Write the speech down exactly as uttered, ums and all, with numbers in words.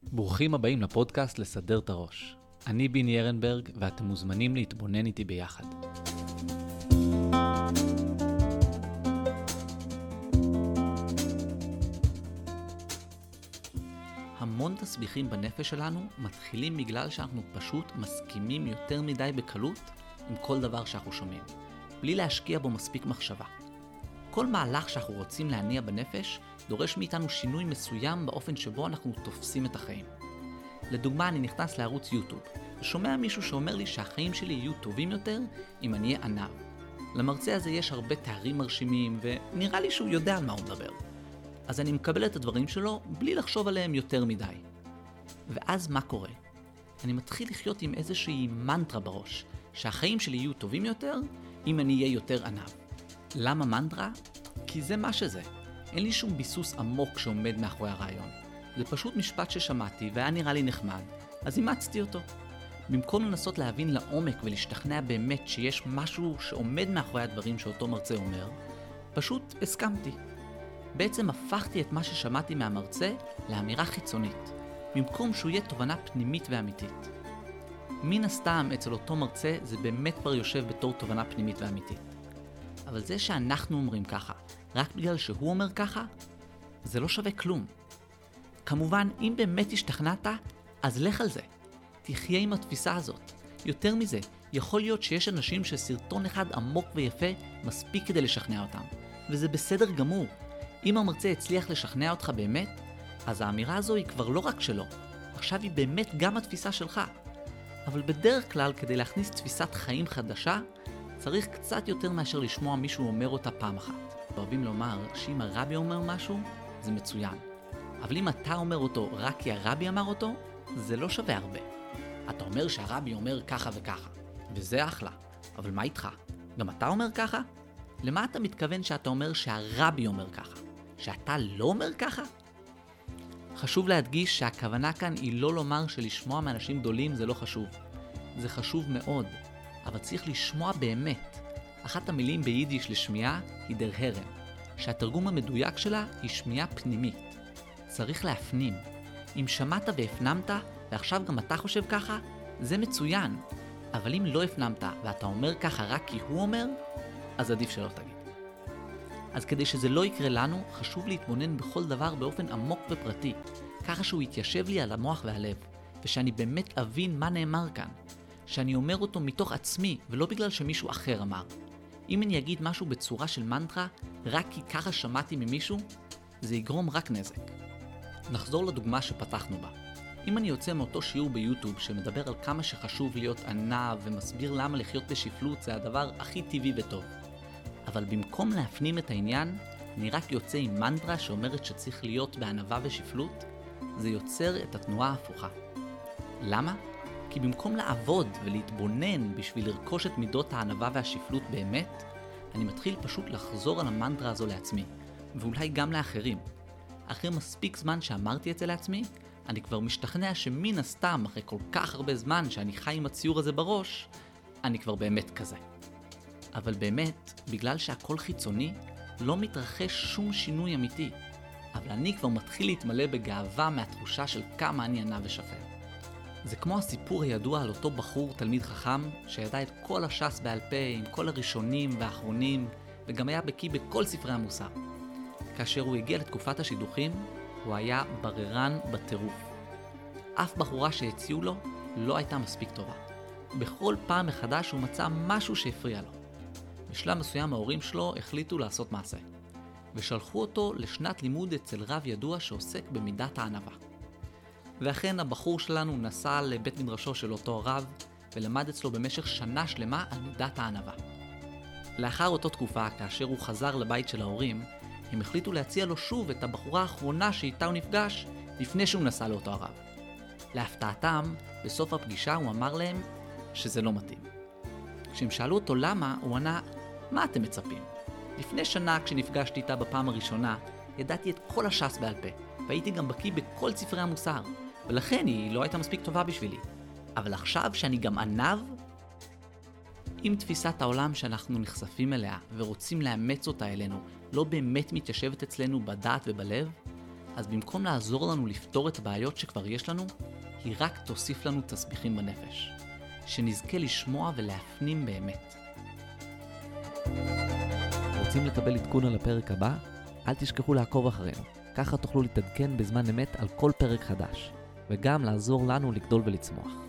ברוכים הבאים לפודקאסט לסדר את הראש. אני ביני ארנברג ואתם מוזמנים להתבונן איתי ביחד. המון תסביכים בנפש שלנו מתחילים בגלל שאנחנו פשוט מסכימים יותר מדי בקלות עם כל דבר שאנחנו שומעים, בלי להשקיע בו מספיק מחשבה. כל מהלך שאנחנו רוצים להניע בנפש דורש מאיתנו שינוי מסוים באופן שבו אנחנו תופסים את החיים. לדוגמה, אני נכנס לערוץ יוטיוב ושומע מישהו שאומר לי שהחיים שלי יהיו טובים יותר אם אני אהיה ענב. למרצה הזה יש הרבה תארים מרשימים ונראה לי שהוא יודע על מה הוא מדבר. אז אני מקבל את הדברים שלו בלי לחשוב עליהם יותר מדי. ואז מה קורה? אני מתחיל לחיות עם איזושהי מנטרה בראש, שהחיים שלי יהיו טובים יותר אם אני אהיה יותר ענב. למה מנטרה? כי זה מה שזה. אין לי שום ביסוס עמוק שעומד מאחורי הרעיון. זה פשוט משפט ששמעתי והיה נראה לי נחמד, אז אימצתי אותו. במקום לנסות להבין לעומק ולהשתכנע באמת שיש משהו שעומד מאחורי הדברים שאותו מרצה אומר, פשוט הסכמתי. בעצם הפכתי את מה ששמעתי מהמרצה לאמירה חיצונית, במקום שהוא יהיה תובנה פנימית ואמיתית. מן הסתם אצל אותו מרצה זה באמת כבר יושב בתור תובנה פנימית ואמיתית. אבל זה שאנחנו אומרים ככה, רק בגלל שהוא אומר ככה, זה לא שווה כלום. כמובן, אם באמת השתכנעת, אז לך על זה. תחיה עם התפיסה הזאת. יותר מזה, יכול להיות שיש אנשים שסרטון אחד עמוק ויפה מספיק כדי לשכנע אותם. וזה בסדר גמור. אם המרצה הצליח לשכנע אותך באמת, אז האמירה הזו היא כבר לא רק שלו. עכשיו היא באמת גם התפיסה שלך. אבל בדרך כלל, כדי להכניס תפיסת חיים חדשה, צריך קצת יותר מאשר לשמוע מישהו אומר אותה פעם אחת. אוהבים לומר שאם הרבי אומר משהו, זה מצוין. אבל אם אתה אומר אותו רק כי הרבי אמר אותו, זה לא שווה הרבה. אתה אומר שהרבי אומר ככה וככה, וזה אחלה. אבל מה איתך? גם אתה אומר ככה? למה אתה מתכוון שאתה אומר שהרבי אומר ככה? שאתה לא אומר ככה? חשוב להדגיש שהכוונה כאן היא לא לומר שלשמוע מאנשים גדולים זה לא חשוב. זה חשוב מאוד, אבל צריך לשמוע באמת. אחת המילים ביידיש לשמיעה היא דר הרם, שהתרגום המדויק שלה היא שמיעה פנימית. צריך להפנים. אם שמעת והפנמת, ועכשיו גם אתה חושב ככה, זה מצוין. אבל אם לא הפנמת ואתה אומר ככה רק כי הוא אומר, אז עדיף שלא תגיד. אז כדי שזה לא יקרה לנו, חשוב להתבונן בכל דבר באופן עמוק ופרטי, ככה שהוא יתיישב לי על המוח והלב, ושאני באמת אבין מה נאמר כאן. שאני אומר אותו מתוך עצמי, ולא בגלל שמישהו אחר אמר. אם אני אגיד משהו בצורה של מנטרה, רק כי ככה שמעתי ממישהו, זה יגרום רק נזק. נחזור לדוגמה שפתחנו בה. אם אני יוצא מאותו שיעור ביוטיוב שמדבר על כמה שחשוב להיות ענב ומסביר למה לחיות בשפלות זה הדבר הכי טבעי וטוב. אבל במקום להפנים את העניין, אני רק יוצא עם מנטרה שאומרת שצריך להיות בענבה ושפלות, זה יוצר את התנועה ההפוכה. למה? כי במקום לעבוד ולהתבונן בשביל לרכוש את מידות הענבה והשפלות באמת, אני מתחיל פשוט לחזור על המנטרה הזו לעצמי, ואולי גם לאחרים. אחרי מספיק זמן שאמרתי את זה לעצמי, אני כבר משתכנע שמן הסתם אחרי כל כך הרבה זמן שאני חי עם הציור הזה בראש, אני כבר באמת כזה. אבל באמת, בגלל שהכל חיצוני, לא מתרחש שום שינוי אמיתי, אבל אני כבר מתחיל להתמלא בגאווה מהתחושה של כמה אני ענב ושפל. זה כמו הסיפור הידוע על אותו בחור תלמיד חכם שידע את כל הש"ס בעל פה עם כל הראשונים והאחרונים וגם היה בקיא בכל ספרי המוסר. כאשר הוא הגיע לתקופת השידוכים, הוא היה בררן בטירוף. אף בחורה שהציעו לו לא הייתה מספיק טובה. בכל פעם מחדש הוא מצא משהו שהפריע לו. בשלב מסוים ההורים שלו החליטו לעשות מעשה, ושלחו אותו לשנת לימוד אצל רב ידוע שעוסק במידת הענבה. ואכן הבחור שלנו נסע לבית מדרשו של אותו רב, ולמד אצלו במשך שנה שלמה על מידת הענבה. לאחר אותו תקופה, כאשר הוא חזר לבית של ההורים, הם החליטו להציע לו שוב את הבחורה האחרונה שאיתה הוא נפגש, לפני שהוא נסע לאותו הרב. להפתעתם, בסוף הפגישה הוא אמר להם שזה לא מתאים. כשהם שאלו אותו למה, הוא ענה, מה אתם מצפים? לפני שנה כשנפגשתי איתה בפעם הראשונה, ידעתי את כל הש"ס בעל פה, והייתי גם בקיא בכל ספרי המוסר, ולכן היא לא הייתה מספיק טובה בשבילי. אבל עכשיו שאני גם ענב, אם תפיסת העולם שאנחנו נחשפים אליה ורוצים לאמץ אותה אלינו לא באמת מתיישבת אצלנו בדעת ובלב, אז במקום לעזור לנו לפתור את הבעיות שכבר יש לנו, היא רק תוסיף לנו תסביכים בנפש, שנזכה לשמוע ולהפנים באמת. רוצים לקבל עדכון על הפרק הבא? אל תשכחו לעקוב אחרינו, ככה תוכלו להתעדכן בזמן אמת על כל פרק חדש, וגם לעזור לנו לגדול ולצמוח.